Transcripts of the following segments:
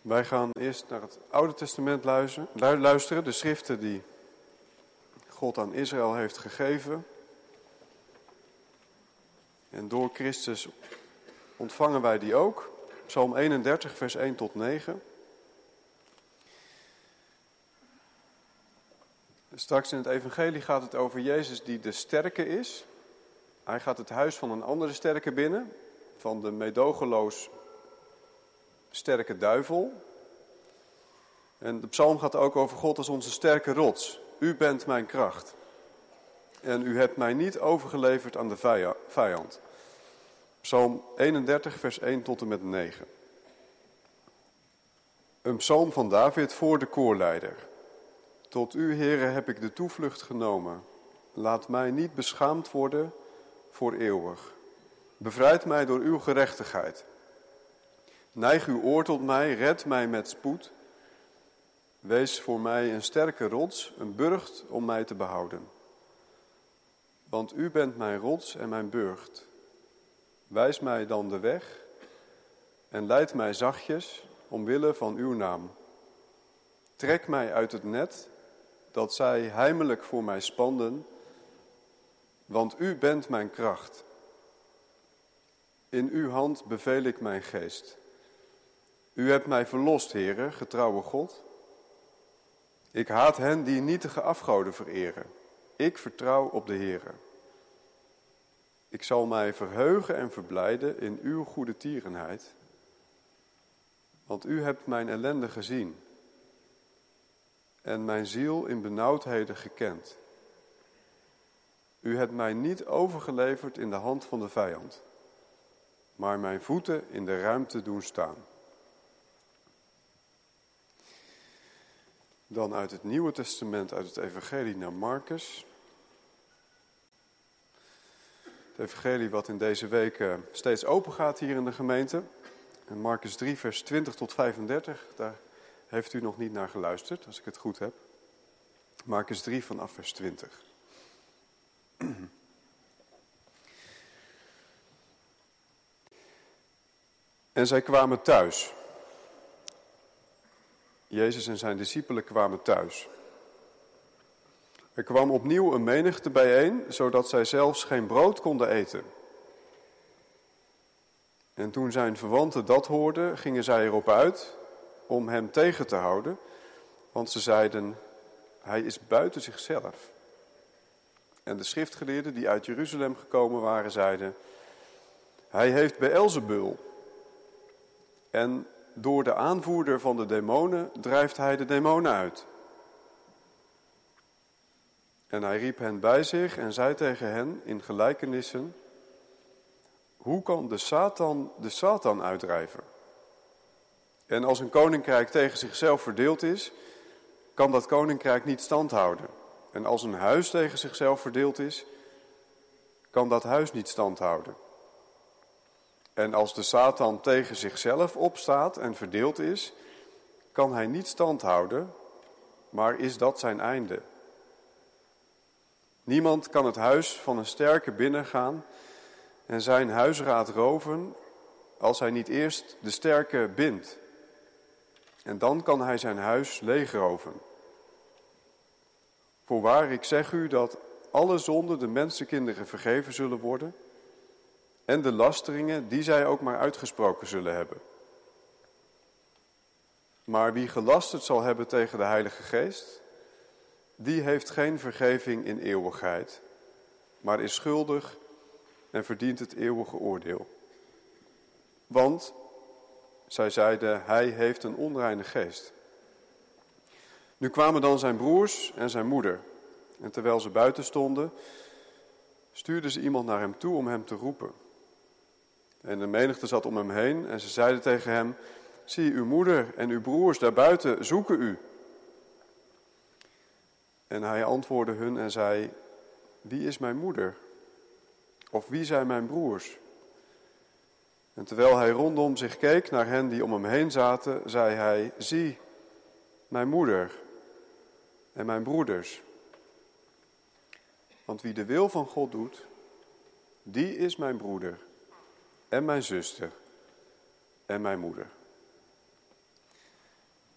Wij gaan eerst naar het Oude Testament luisteren, de schriften die God aan Israël heeft gegeven. En door Christus ontvangen wij die ook. Psalm 31, vers 1 tot 9. Straks in het evangelie gaat het over Jezus die de sterke is. Hij gaat het huis van een andere sterke binnen, van de meedogenloos sterke duivel. En de psalm gaat ook over God als onze sterke rots. U bent mijn kracht. En u hebt mij niet overgeleverd aan de vijand. Psalm 31, vers 1 tot en met 9. Een psalm van David voor de koorleider. Tot u, Heere, heb ik de toevlucht genomen. Laat mij niet beschaamd worden voor eeuwig. Bevrijd mij door uw gerechtigheid. Neig uw oor tot mij, red mij met spoed. Wees voor mij een sterke rots, een burcht om mij te behouden. Want u bent mijn rots en mijn burcht. Wijs mij dan de weg en leid mij zachtjes omwille van uw naam. Trek mij uit het net dat zij heimelijk voor mij spanden, want u bent mijn kracht. In uw hand beveel ik mijn geest. U hebt mij verlost, Heere, getrouwe God. Ik haat hen die nietige afgoden vereren. Ik vertrouw op de Heere. Ik zal mij verheugen en verblijden in uw goede tierenheid. Want u hebt mijn ellende gezien en mijn ziel in benauwdheden gekend. U hebt mij niet overgeleverd in de hand van de vijand, maar mijn voeten in de ruimte doen staan. Dan uit het Nieuwe Testament, uit het Evangelie naar Marcus. Het Evangelie wat in deze week steeds open gaat hier in de gemeente. En Marcus 3, vers 20 tot 35, daar heeft u nog niet naar geluisterd, als ik het goed heb. Marcus 3 vanaf vers 20. En zij kwamen thuis. Jezus en zijn discipelen kwamen thuis. Er kwam opnieuw een menigte bijeen, zodat zij zelfs geen brood konden eten. En toen zijn verwanten dat hoorden, gingen zij erop uit om hem tegen te houden, want ze zeiden, hij is buiten zichzelf. En de schriftgeleerden die uit Jeruzalem gekomen waren, zeiden, hij heeft Beelzebul. En door de aanvoerder van de demonen drijft hij de demonen uit. En hij riep hen bij zich en zei tegen hen in gelijkenissen, hoe kan de Satan uitdrijven? En als een koninkrijk tegen zichzelf verdeeld is, kan dat koninkrijk niet standhouden. En als een huis tegen zichzelf verdeeld is, kan dat huis niet standhouden. En als de Satan tegen zichzelf opstaat en verdeeld is, kan hij niet standhouden, maar is dat zijn einde. Niemand kan het huis van een sterke binnengaan en zijn huisraad roven als hij niet eerst de sterke bindt. En dan kan hij zijn huis leegroven. Voorwaar, ik zeg u dat alle zonden de mensenkinderen vergeven zullen worden en de lasteringen die zij ook maar uitgesproken zullen hebben. Maar wie gelasterd zal hebben tegen de Heilige Geest, die heeft geen vergeving in eeuwigheid, maar is schuldig en verdient het eeuwige oordeel. Want, zij zeiden, hij heeft een onreine geest. Nu kwamen dan zijn broers en zijn moeder. En terwijl ze buiten stonden, stuurden ze iemand naar hem toe om hem te roepen. En de menigte zat om hem heen en ze zeiden tegen hem, zie, uw moeder en uw broers daarbuiten zoeken u. En hij antwoordde hun en zei, wie is mijn moeder? Of wie zijn mijn broers? En terwijl hij rondom zich keek naar hen die om hem heen zaten, zei hij, zie, mijn moeder en mijn broeders. Want wie de wil van God doet, die is mijn broeder en mijn zuster en mijn moeder.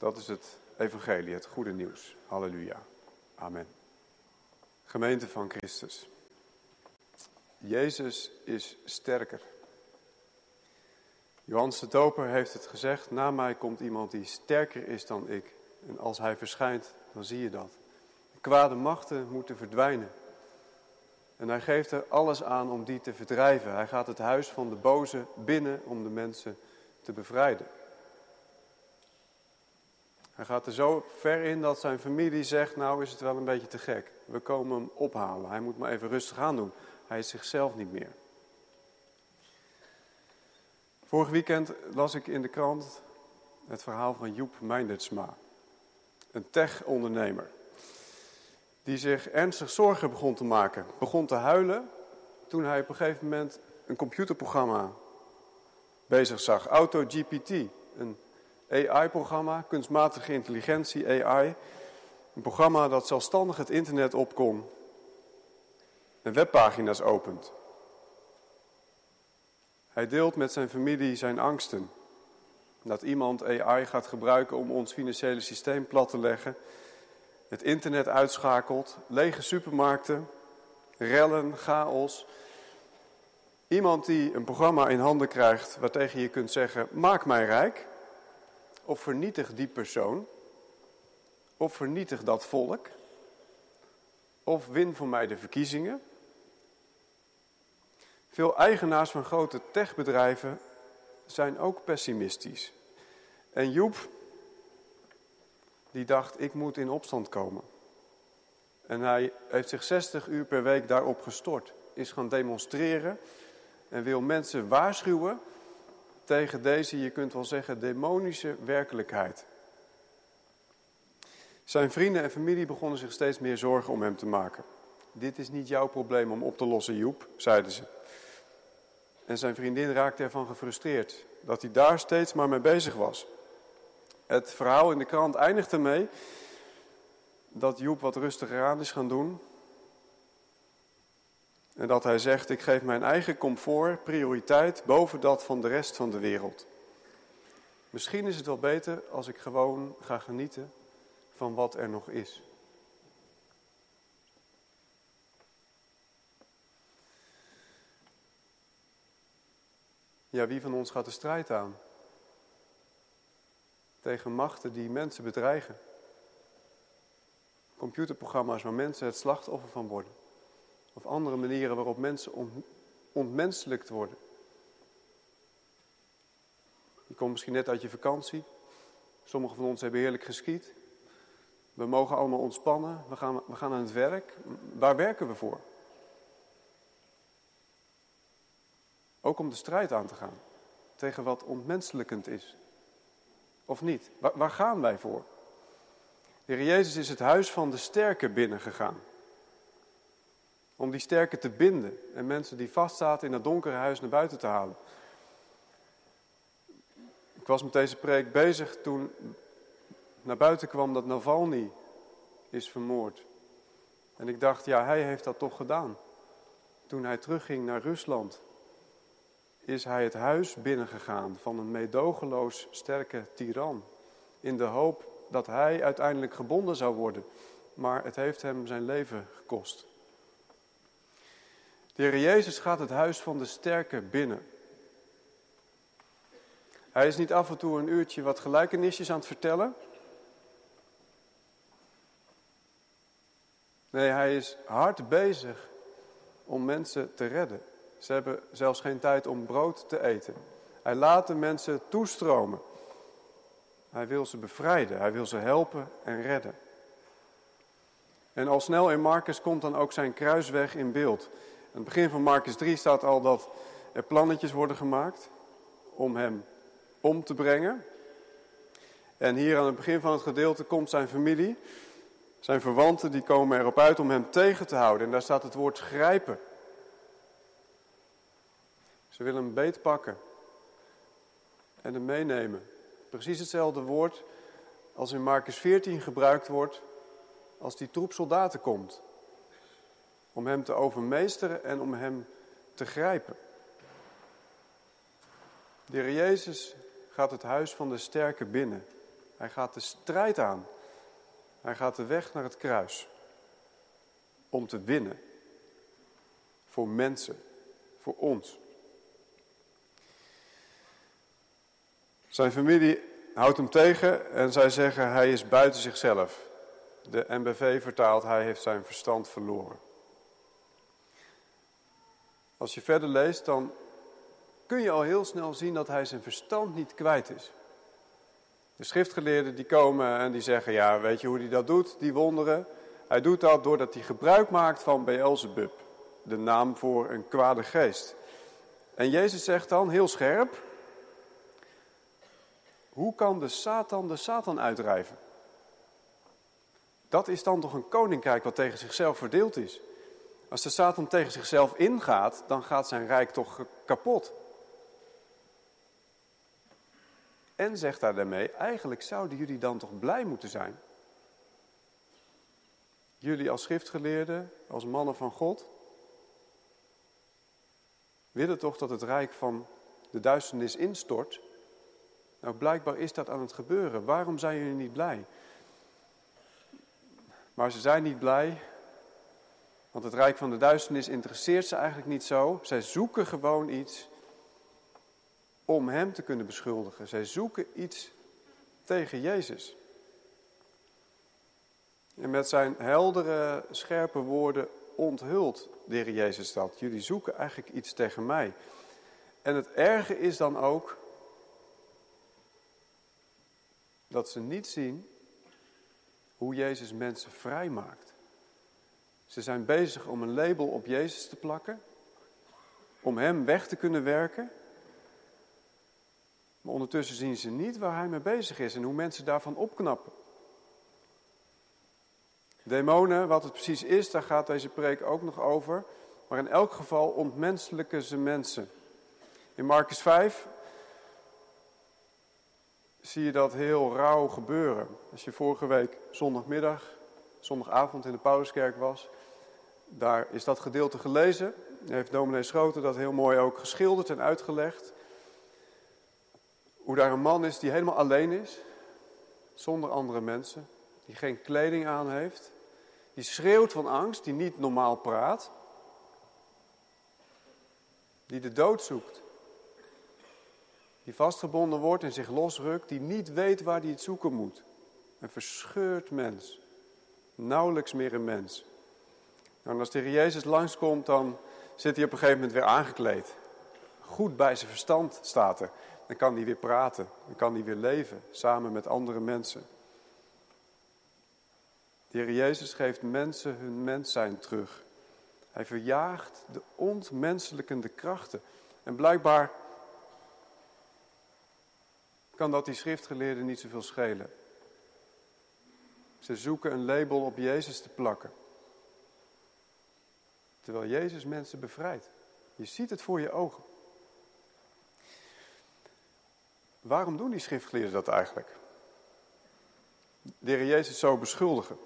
Dat is het evangelie, het goede nieuws. Halleluja. Amen. Gemeente van Christus. Jezus is sterker. Johannes de Doper heeft het gezegd, na mij komt iemand die sterker is dan ik. En als hij verschijnt, dan zie je dat. De kwade machten moeten verdwijnen. En hij geeft er alles aan om die te verdrijven. Hij gaat het huis van de boze binnen om de mensen te bevrijden. Hij gaat er zo ver in dat zijn familie zegt, nou is het wel een beetje te gek. We komen hem ophalen. Hij moet maar even rustig aan doen. Hij is zichzelf niet meer. Vorig weekend las ik in de krant het verhaal van Joep Meindertsma. Een tech-ondernemer. Die zich ernstig zorgen begon te maken. Begon te huilen toen hij op een gegeven moment een computerprogramma bezig zag. AutoGPT, een AI-programma, kunstmatige intelligentie, AI. Een programma dat zelfstandig het internet op kon en webpagina's opent. Hij deelt met zijn familie zijn angsten. Dat iemand AI gaat gebruiken om ons financiële systeem plat te leggen. Het internet uitschakelt, lege supermarkten, rellen, chaos. Iemand die een programma in handen krijgt waartegen je kunt zeggen, maak mij rijk. Of vernietig die persoon. Of vernietig dat volk. Of win voor mij de verkiezingen. Veel eigenaars van grote techbedrijven zijn ook pessimistisch. En Joep, die dacht, ik moet in opstand komen. En hij heeft zich 60 uur per week daarop gestort. Is gaan demonstreren en wil mensen waarschuwen tegen deze, je kunt wel zeggen, demonische werkelijkheid. Zijn vrienden en familie begonnen zich steeds meer zorgen om hem te maken. Dit is niet jouw probleem om op te lossen, Joep, zeiden ze. En zijn vriendin raakte ervan gefrustreerd dat hij daar steeds maar mee bezig was. Het verhaal in de krant eindigt ermee dat Joep wat rustiger aan is gaan doen. En dat hij zegt, ik geef mijn eigen comfort prioriteit boven dat van de rest van de wereld. Misschien is het wel beter als ik gewoon ga genieten van wat er nog is. Ja, wie van ons gaat de strijd aan? Tegen machten die mensen bedreigen. Computerprogramma's waar mensen het slachtoffer van worden. Of andere manieren waarop mensen ontmenselijkt worden. Je komt misschien net uit je vakantie. Sommigen van ons hebben heerlijk geskiet. We mogen allemaal ontspannen. We gaan aan het werk. Waar werken we voor? Ook om de strijd aan te gaan. Tegen wat ontmenselijkend is. Of niet? Waar gaan wij voor? De Heer Jezus is het huis van de sterken binnengegaan. Om die sterken te binden. En mensen die vastzaten in dat donkere huis naar buiten te halen. Ik was met deze preek bezig toen naar buiten kwam dat Navalny is vermoord. En ik dacht, ja, hij heeft dat toch gedaan. Toen hij terugging naar Rusland, is hij het huis binnengegaan van een meedogenloos sterke tiran. In de hoop dat hij uiteindelijk gebonden zou worden. Maar het heeft hem zijn leven gekost. De Heer Jezus gaat het huis van de sterke binnen. Hij is niet af en toe een uurtje wat gelijkenisjes aan het vertellen. Nee, hij is hard bezig om mensen te redden. Ze hebben zelfs geen tijd om brood te eten. Hij laat de mensen toestromen. Hij wil ze bevrijden, hij wil ze helpen en redden. En al snel in Markus komt dan ook zijn kruisweg in beeld. Aan het begin van Markus 3 staat al dat er plannetjes worden gemaakt om hem om te brengen. En hier aan het begin van het gedeelte komt zijn familie, zijn verwanten, die komen erop uit om hem tegen te houden. En daar staat het woord grijpen. Ze willen hem beetpakken en hem meenemen. Precies hetzelfde woord als in Markus 14 gebruikt wordt als die troep soldaten komt. Om hem te overmeesteren en om hem te grijpen. De Heer Jezus gaat het huis van de sterken binnen. Hij gaat de strijd aan. Hij gaat de weg naar het kruis. Om te winnen. Voor mensen. Voor ons. Zijn familie houdt hem tegen en zij zeggen hij is buiten zichzelf. De NBV vertaalt hij heeft zijn verstand verloren. Als je verder leest dan kun je al heel snel zien dat hij zijn verstand niet kwijt is. De schriftgeleerden die komen en die zeggen, ja, weet je hoe hij dat doet, die wonderen? Hij doet dat doordat hij gebruik maakt van Beelzebub, de naam voor een kwade geest. En Jezus zegt dan, heel scherp, hoe kan de Satan uitdrijven? Dat is dan toch een koninkrijk wat tegen zichzelf verdeeld is. Als de Satan tegen zichzelf ingaat, dan gaat zijn rijk toch kapot. En zegt hij daarmee, eigenlijk zouden jullie dan toch blij moeten zijn? Jullie als schriftgeleerden, als mannen van God, willen toch dat het rijk van de duisternis instort? Nou, blijkbaar is dat aan het gebeuren. Waarom zijn jullie niet blij? Maar ze zijn niet blij, want het rijk van de duisternis interesseert ze eigenlijk niet zo. Zij zoeken gewoon iets om hem te kunnen beschuldigen. Zij zoeken iets tegen Jezus. En met zijn heldere, scherpe woorden onthult de Heer Jezus dat. Jullie zoeken eigenlijk iets tegen mij. En het erge is dan ook dat ze niet zien hoe Jezus mensen vrijmaakt. Ze zijn bezig om een label op Jezus te plakken, om hem weg te kunnen werken. Maar ondertussen zien ze niet waar hij mee bezig is en hoe mensen daarvan opknappen. Demonen, wat het precies is, daar gaat deze preek ook nog over. Maar in elk geval ontmenselijken ze mensen. In Markus 5 zie je dat heel rauw gebeuren. Als je vorige week zondagavond in de Pauluskerk was, daar is dat gedeelte gelezen. Heeft dominee Schoten dat heel mooi ook geschilderd en uitgelegd. Hoe daar een man is die helemaal alleen is, zonder andere mensen, die geen kleding aan heeft, die schreeuwt van angst, die niet normaal praat, die de dood zoekt, die vastgebonden wordt en zich losrukt, die niet weet waar hij het zoeken moet. Een verscheurd mens, nauwelijks meer een mens. Nou, en als de Heer Jezus langskomt, dan zit hij op een gegeven moment weer aangekleed. Goed bij zijn verstand staat er. Dan kan hij weer praten, dan kan hij weer leven, samen met andere mensen. De Heer Jezus geeft mensen hun mens zijn terug. Hij verjaagt de ontmenselijkende krachten. En blijkbaar kan dat die schriftgeleerden niet zoveel schelen. Ze zoeken een label op Jezus te plakken. Terwijl Jezus mensen bevrijdt. Je ziet het voor je ogen. Waarom doen die schriftgeleerden dat eigenlijk? De Heer Jezus zo beschuldigen.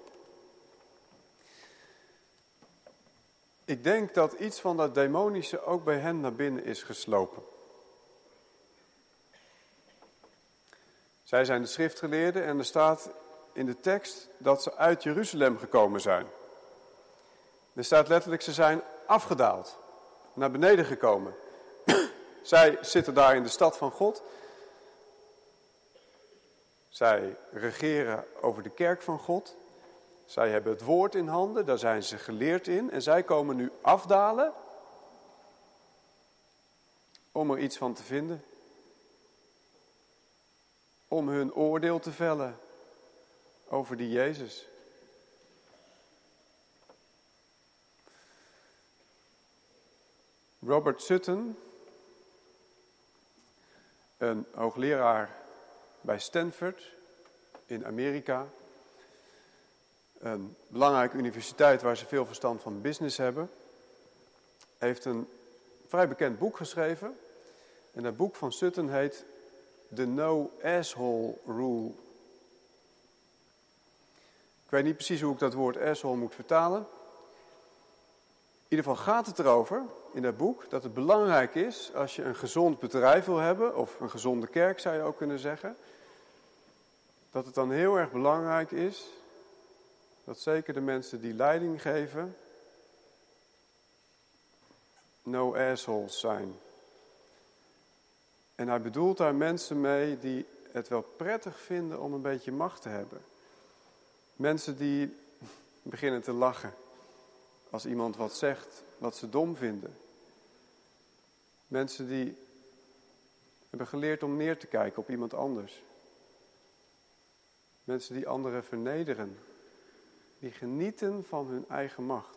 Ik denk dat iets van dat demonische ook bij hen naar binnen is geslopen. Zij zijn de schriftgeleerden en er staat in de tekst dat ze uit Jeruzalem gekomen zijn. Er staat letterlijk, ze zijn afgedaald, naar beneden gekomen. Zij zitten daar in de stad van God. Zij regeren over de kerk van God. Zij hebben het woord in handen, daar zijn ze geleerd in. En zij komen nu afdalen om er iets van te vinden. Om hun oordeel te vellen over die Jezus. Robert Sutton, een hoogleraar bij Stanford in Amerika. Een belangrijke universiteit waar ze veel verstand van business hebben. Heeft een vrij bekend boek geschreven. En dat boek van Sutton heet The No Asshole Rule. Ik weet niet precies hoe ik dat woord asshole moet vertalen. In ieder geval gaat het erover in dat boek dat het belangrijk is als je een gezond bedrijf wil hebben, of een gezonde kerk zou je ook kunnen zeggen, dat het dan heel erg belangrijk is dat zeker de mensen die leiding geven no assholes zijn. En hij bedoelt daar mensen mee die het wel prettig vinden om een beetje macht te hebben. Mensen die beginnen te lachen als iemand wat zegt wat ze dom vinden. Mensen die hebben geleerd om neer te kijken op iemand anders. Mensen die anderen vernederen. Die genieten van hun eigen macht.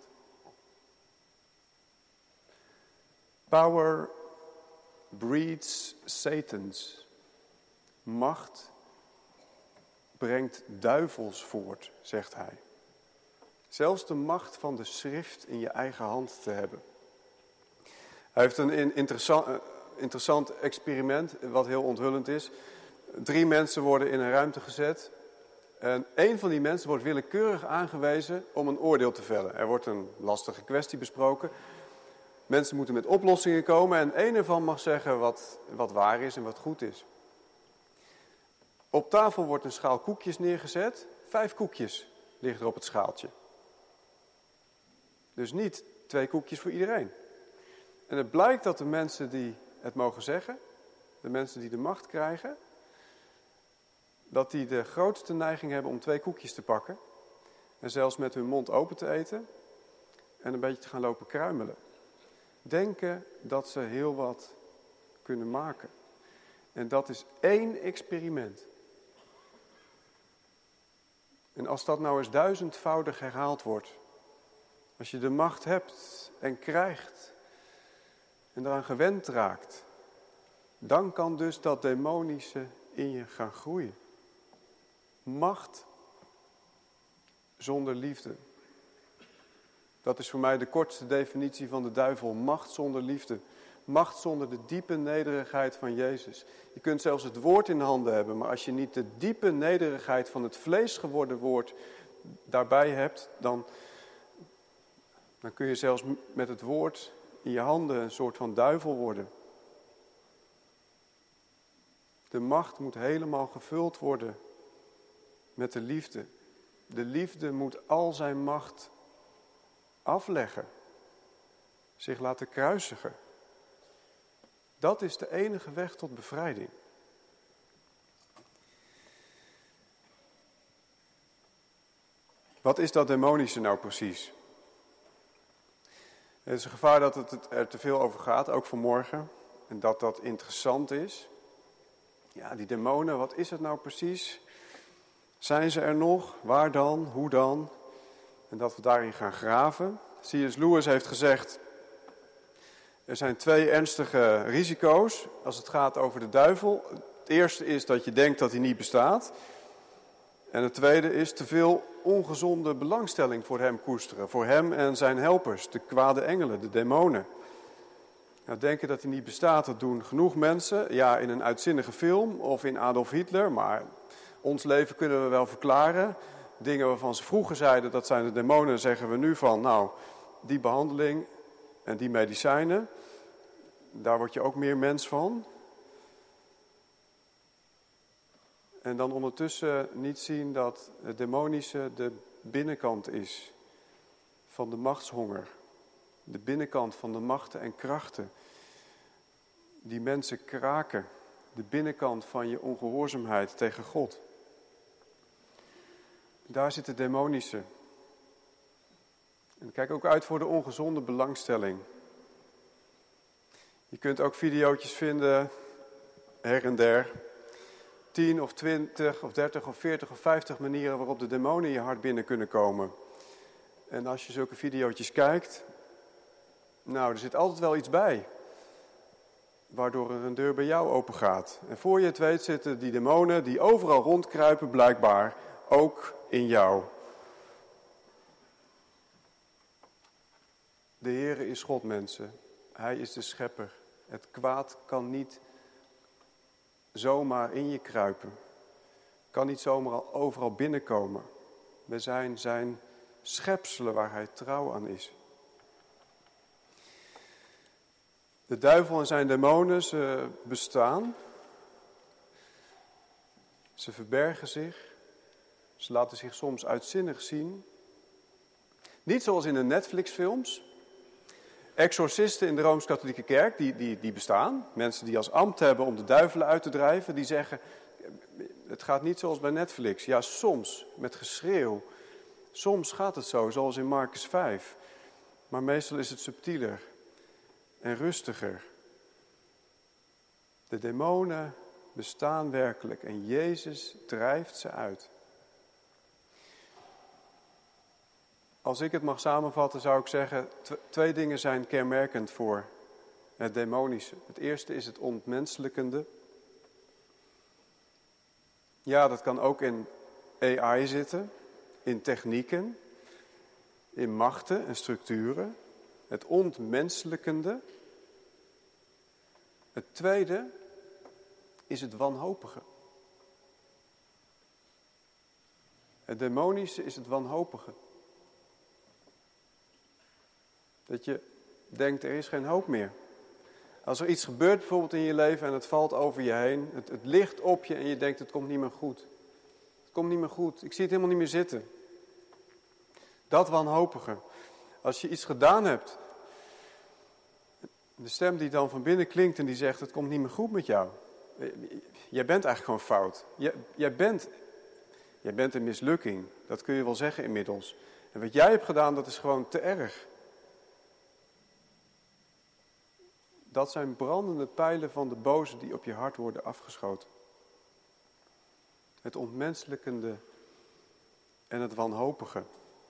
Power breeds Satans. Macht brengt duivels voort, zegt hij. Zelfs de macht van de schrift in je eigen hand te hebben. Hij heeft een interessant experiment, wat heel onthullend is. 3 mensen worden in een ruimte gezet. En 1 van die mensen wordt willekeurig aangewezen om een oordeel te vellen. Er wordt een lastige kwestie besproken. Mensen moeten met oplossingen komen en 1 ervan mag zeggen wat waar is en wat goed is. Op tafel wordt een schaal koekjes neergezet. 5 koekjes liggen er op het schaaltje. Dus niet 2 koekjes voor iedereen. En het blijkt dat de mensen die het mogen zeggen, de mensen die de macht krijgen, dat die de grootste neiging hebben om 2 koekjes te pakken. En zelfs met hun mond open te eten en een beetje te gaan lopen kruimelen. Denken dat ze heel wat kunnen maken. En dat is 1 experiment. En als dat nou eens 1000-voudig herhaald wordt. Als je de macht hebt en krijgt en eraan gewend raakt. Dan kan dus dat demonische in je gaan groeien. Macht zonder liefde. Dat is voor mij de kortste definitie van de duivel. Macht zonder liefde. Macht zonder de diepe nederigheid van Jezus. Je kunt zelfs het woord in handen hebben, maar als je niet de diepe nederigheid van het vlees geworden woord daarbij hebt, dan kun je zelfs met het woord in je handen een soort van duivel worden. De macht moet helemaal gevuld worden met de liefde. De liefde moet al zijn macht afleggen. Zich laten kruisigen. Dat is de enige weg tot bevrijding. Wat is dat demonische nou precies? Het is een gevaar dat het er te veel over gaat, ook vanmorgen. En dat interessant is. Ja, die demonen, wat is het nou precies? Zijn ze er nog? Waar dan? Hoe dan? En dat we daarin gaan graven. C.S. Lewis heeft gezegd, er zijn 2 ernstige risico's als het gaat over de duivel. Het eerste is dat je denkt dat hij niet bestaat. En het tweede is te veel ongezonde belangstelling voor hem koesteren. Voor hem en zijn helpers, de kwade engelen, de demonen. Nou, denken dat hij niet bestaat, dat doen genoeg mensen. Ja, in een uitzinnige film of in Adolf Hitler. Maar ons leven kunnen we wel verklaren. Dingen waarvan ze vroeger zeiden, dat zijn de demonen, zeggen we nu van, nou, die behandeling en die medicijnen, daar word je ook meer mens van. En dan ondertussen niet zien dat het demonische de binnenkant is van de machtshonger. De binnenkant van de machten en krachten die mensen kraken. De binnenkant van je ongehoorzaamheid tegen God. Daar zit het demonische. En kijk ook uit voor de ongezonde belangstelling. Je kunt ook videootjes vinden, her en der. 10 of 20 of 30 of 40 of 50 manieren waarop de demonen in je hart binnen kunnen komen. En als je zulke videootjes kijkt, nou, er zit altijd wel iets bij. Waardoor er een deur bij jou open gaat. En voor je het weet zitten die demonen die overal rondkruipen blijkbaar ook in jou. De Heere is God, mensen. Hij is de schepper. Het kwaad kan niet zomaar in je kruipen. Kan niet zomaar overal binnenkomen. We zijn zijn schepselen waar hij trouw aan is. De duivel en zijn demonen, ze bestaan. Ze verbergen zich. Ze laten zich soms uitzinnig zien. Niet zoals in de Netflix-films. Exorcisten in de Rooms-Katholieke Kerk, die bestaan. Mensen die als ambt hebben om de duivelen uit te drijven. Die zeggen, het gaat niet zoals bij Netflix. Ja, soms, met geschreeuw. Soms gaat het zo, zoals in Marcus 5. Maar meestal is het subtieler en rustiger. De demonen bestaan werkelijk en Jezus drijft ze uit. Als ik het mag samenvatten, zou ik zeggen, twee dingen zijn kenmerkend voor het demonische. Het eerste is het ontmenselijkende. Ja, dat kan ook in AI zitten, in technieken, in machten en structuren. Het ontmenselijkende. Het tweede is het wanhopige. Het demonische is het wanhopige. Dat je denkt, er is geen hoop meer. Als er iets gebeurt bijvoorbeeld in je leven en het valt over je heen. Het ligt op je en je denkt, het komt niet meer goed. Het komt niet meer goed. Ik zie het helemaal niet meer zitten. Dat wanhopige. Als je iets gedaan hebt. De stem die dan van binnen klinkt en die zegt, het komt niet meer goed met jou. Jij bent eigenlijk gewoon fout. Jij bent een mislukking. Dat kun je wel zeggen inmiddels. En wat jij hebt gedaan, dat is gewoon te erg. Dat zijn brandende pijlen van de boze die op je hart worden afgeschoten. Het ontmenselijkende en het wanhopige.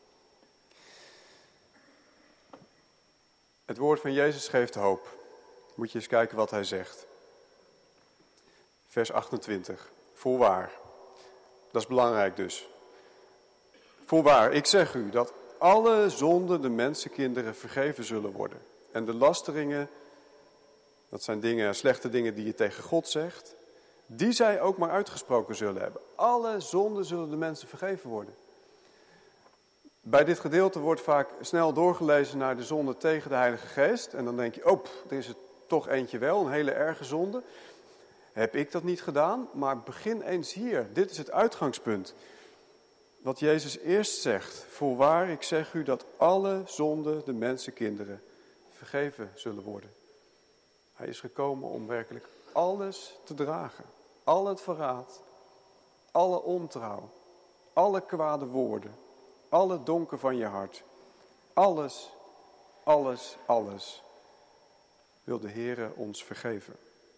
Het woord van Jezus geeft hoop. Moet je eens kijken wat hij zegt. Vers 28. Voorwaar. Dat is belangrijk dus. Voorwaar, ik zeg u dat alle zonden de mensenkinderen vergeven zullen worden. En de lasteringen, dat zijn dingen, slechte dingen die je tegen God zegt, die zij ook maar uitgesproken zullen hebben. Alle zonden zullen de mensen vergeven worden. Bij dit gedeelte wordt vaak snel doorgelezen naar de zonde tegen de Heilige Geest. En dan denk je, er is er toch eentje wel, een hele erge zonde. Heb ik dat niet gedaan? Maar begin eens hier. Dit is het uitgangspunt. Wat Jezus eerst zegt. Voorwaar, ik zeg u dat alle zonden de mensenkinderen vergeven zullen worden. Hij is gekomen om werkelijk alles te dragen. Al het verraad, alle ontrouw, alle kwade woorden, alle donker van je hart. Alles, alles, alles wil de Heere ons vergeven.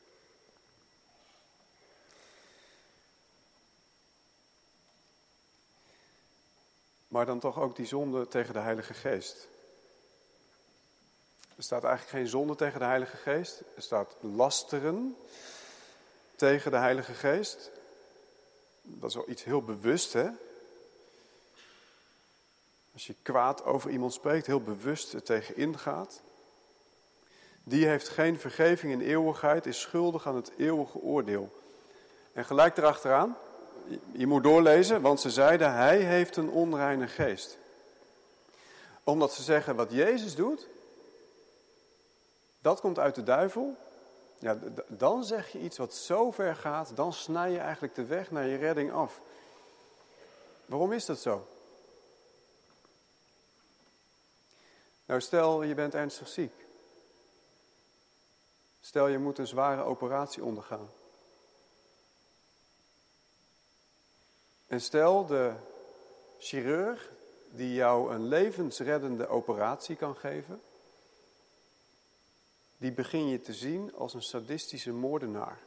Maar dan toch ook die zonde tegen de Heilige Geest. Er staat eigenlijk geen zonde tegen de Heilige Geest. Er staat lasteren tegen de Heilige Geest. Dat is wel iets heel bewust, hè? Als je kwaad over iemand spreekt, heel bewust er tegen ingaat. Die heeft geen vergeving in eeuwigheid, is schuldig aan het eeuwige oordeel. En gelijk erachteraan, je moet doorlezen, want ze zeiden, hij heeft een onreine geest. Omdat ze zeggen, wat Jezus doet, dat komt uit de duivel. Ja, dan zeg je iets wat zo ver gaat, dan snij je eigenlijk de weg naar je redding af. Waarom is dat zo? Nou, stel je bent ernstig ziek. Stel je moet een zware operatie ondergaan. En stel de chirurg die jou een levensreddende operatie kan geven, die begin je te zien als een sadistische moordenaar.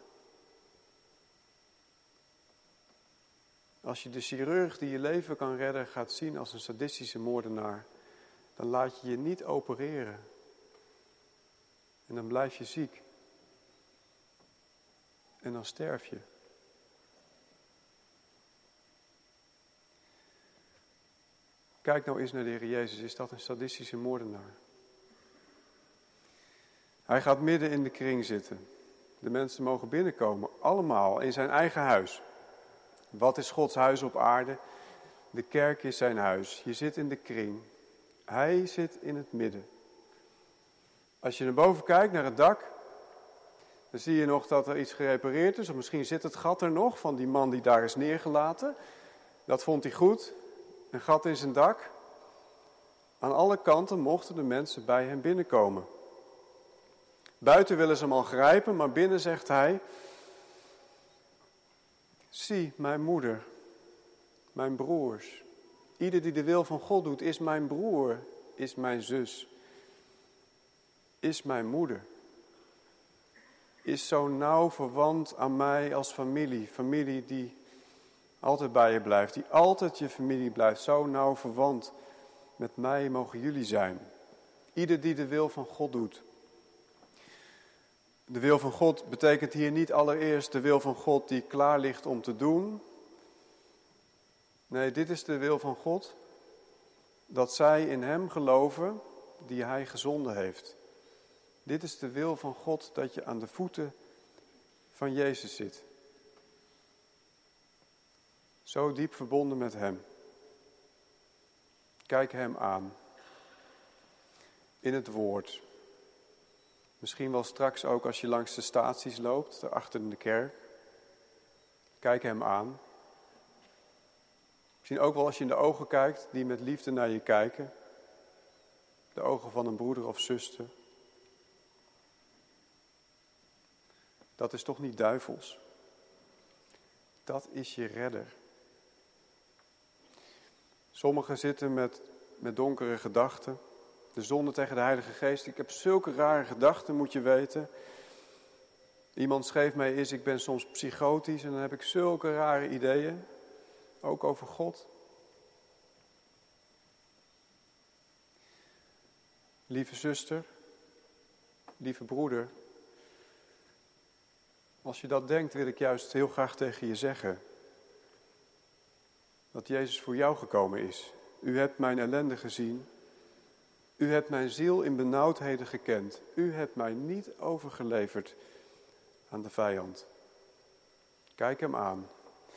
Als je de chirurg die je leven kan redden gaat zien als een sadistische moordenaar, dan laat je je niet opereren. En dan blijf je ziek. En dan sterf je. Kijk nou eens naar de Heer Jezus. Is dat een sadistische moordenaar? Hij gaat midden in de kring zitten. De mensen mogen binnenkomen. Allemaal in zijn eigen huis. Wat is Gods huis op aarde? De kerk is zijn huis. Je zit in de kring. Hij zit in het midden. Als je naar boven kijkt, naar het dak, Dan zie je nog dat er iets gerepareerd is. Of misschien zit het gat er nog van die man die daar is neergelaten. Dat vond hij goed. Een gat in zijn dak. Aan alle kanten mochten de mensen bij hem binnenkomen. Buiten willen ze hem al grijpen, maar binnen zegt hij: zie, mijn moeder, mijn broers. Ieder die de wil van God doet, is mijn broer, is mijn zus, is mijn moeder. Is zo nauw verwant aan mij als familie. Familie die altijd bij je blijft, die altijd je familie blijft. Zo nauw verwant met mij mogen jullie zijn. Ieder die de wil van God doet. De wil van God betekent hier niet allereerst de wil van God die klaar ligt om te doen. Nee, dit is de wil van God. Dat zij in hem geloven die hij gezonden heeft. Dit is de wil van God, dat je aan de voeten van Jezus zit. Zo diep verbonden met hem. Kijk hem aan. In het woord. Misschien wel straks ook als je langs de staties loopt, daarachter in de kerk. Kijk hem aan. Misschien ook wel als je in de ogen kijkt, die met liefde naar je kijken. De ogen van een broeder of zuster. Dat is toch niet duivels? Dat is je redder. Sommigen zitten met donkere gedachten. De zonde tegen de Heilige Geest. Ik heb zulke rare gedachten, moet je weten. Iemand schreef mij eens, ik ben soms psychotisch en dan heb ik zulke rare ideeën. Ook over God. Lieve zuster, lieve broeder. Als je dat denkt, wil ik juist heel graag tegen je zeggen. Dat Jezus voor jou gekomen is. U hebt mijn ellende gezien. U hebt mijn ziel in benauwdheden gekend. U hebt mij niet overgeleverd aan de vijand. Kijk hem aan.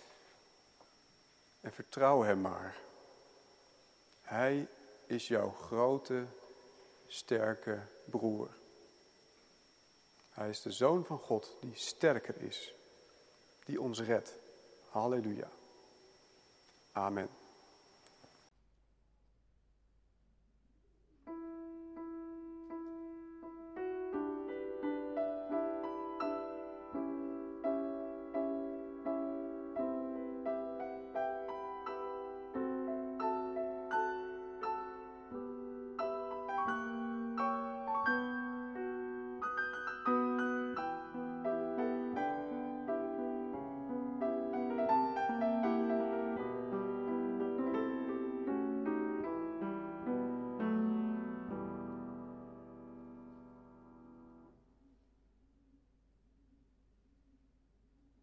En vertrouw hem maar. Hij is jouw grote, sterke broer. Hij is de Zoon van God die sterker is. Die ons redt. Halleluja. Amen.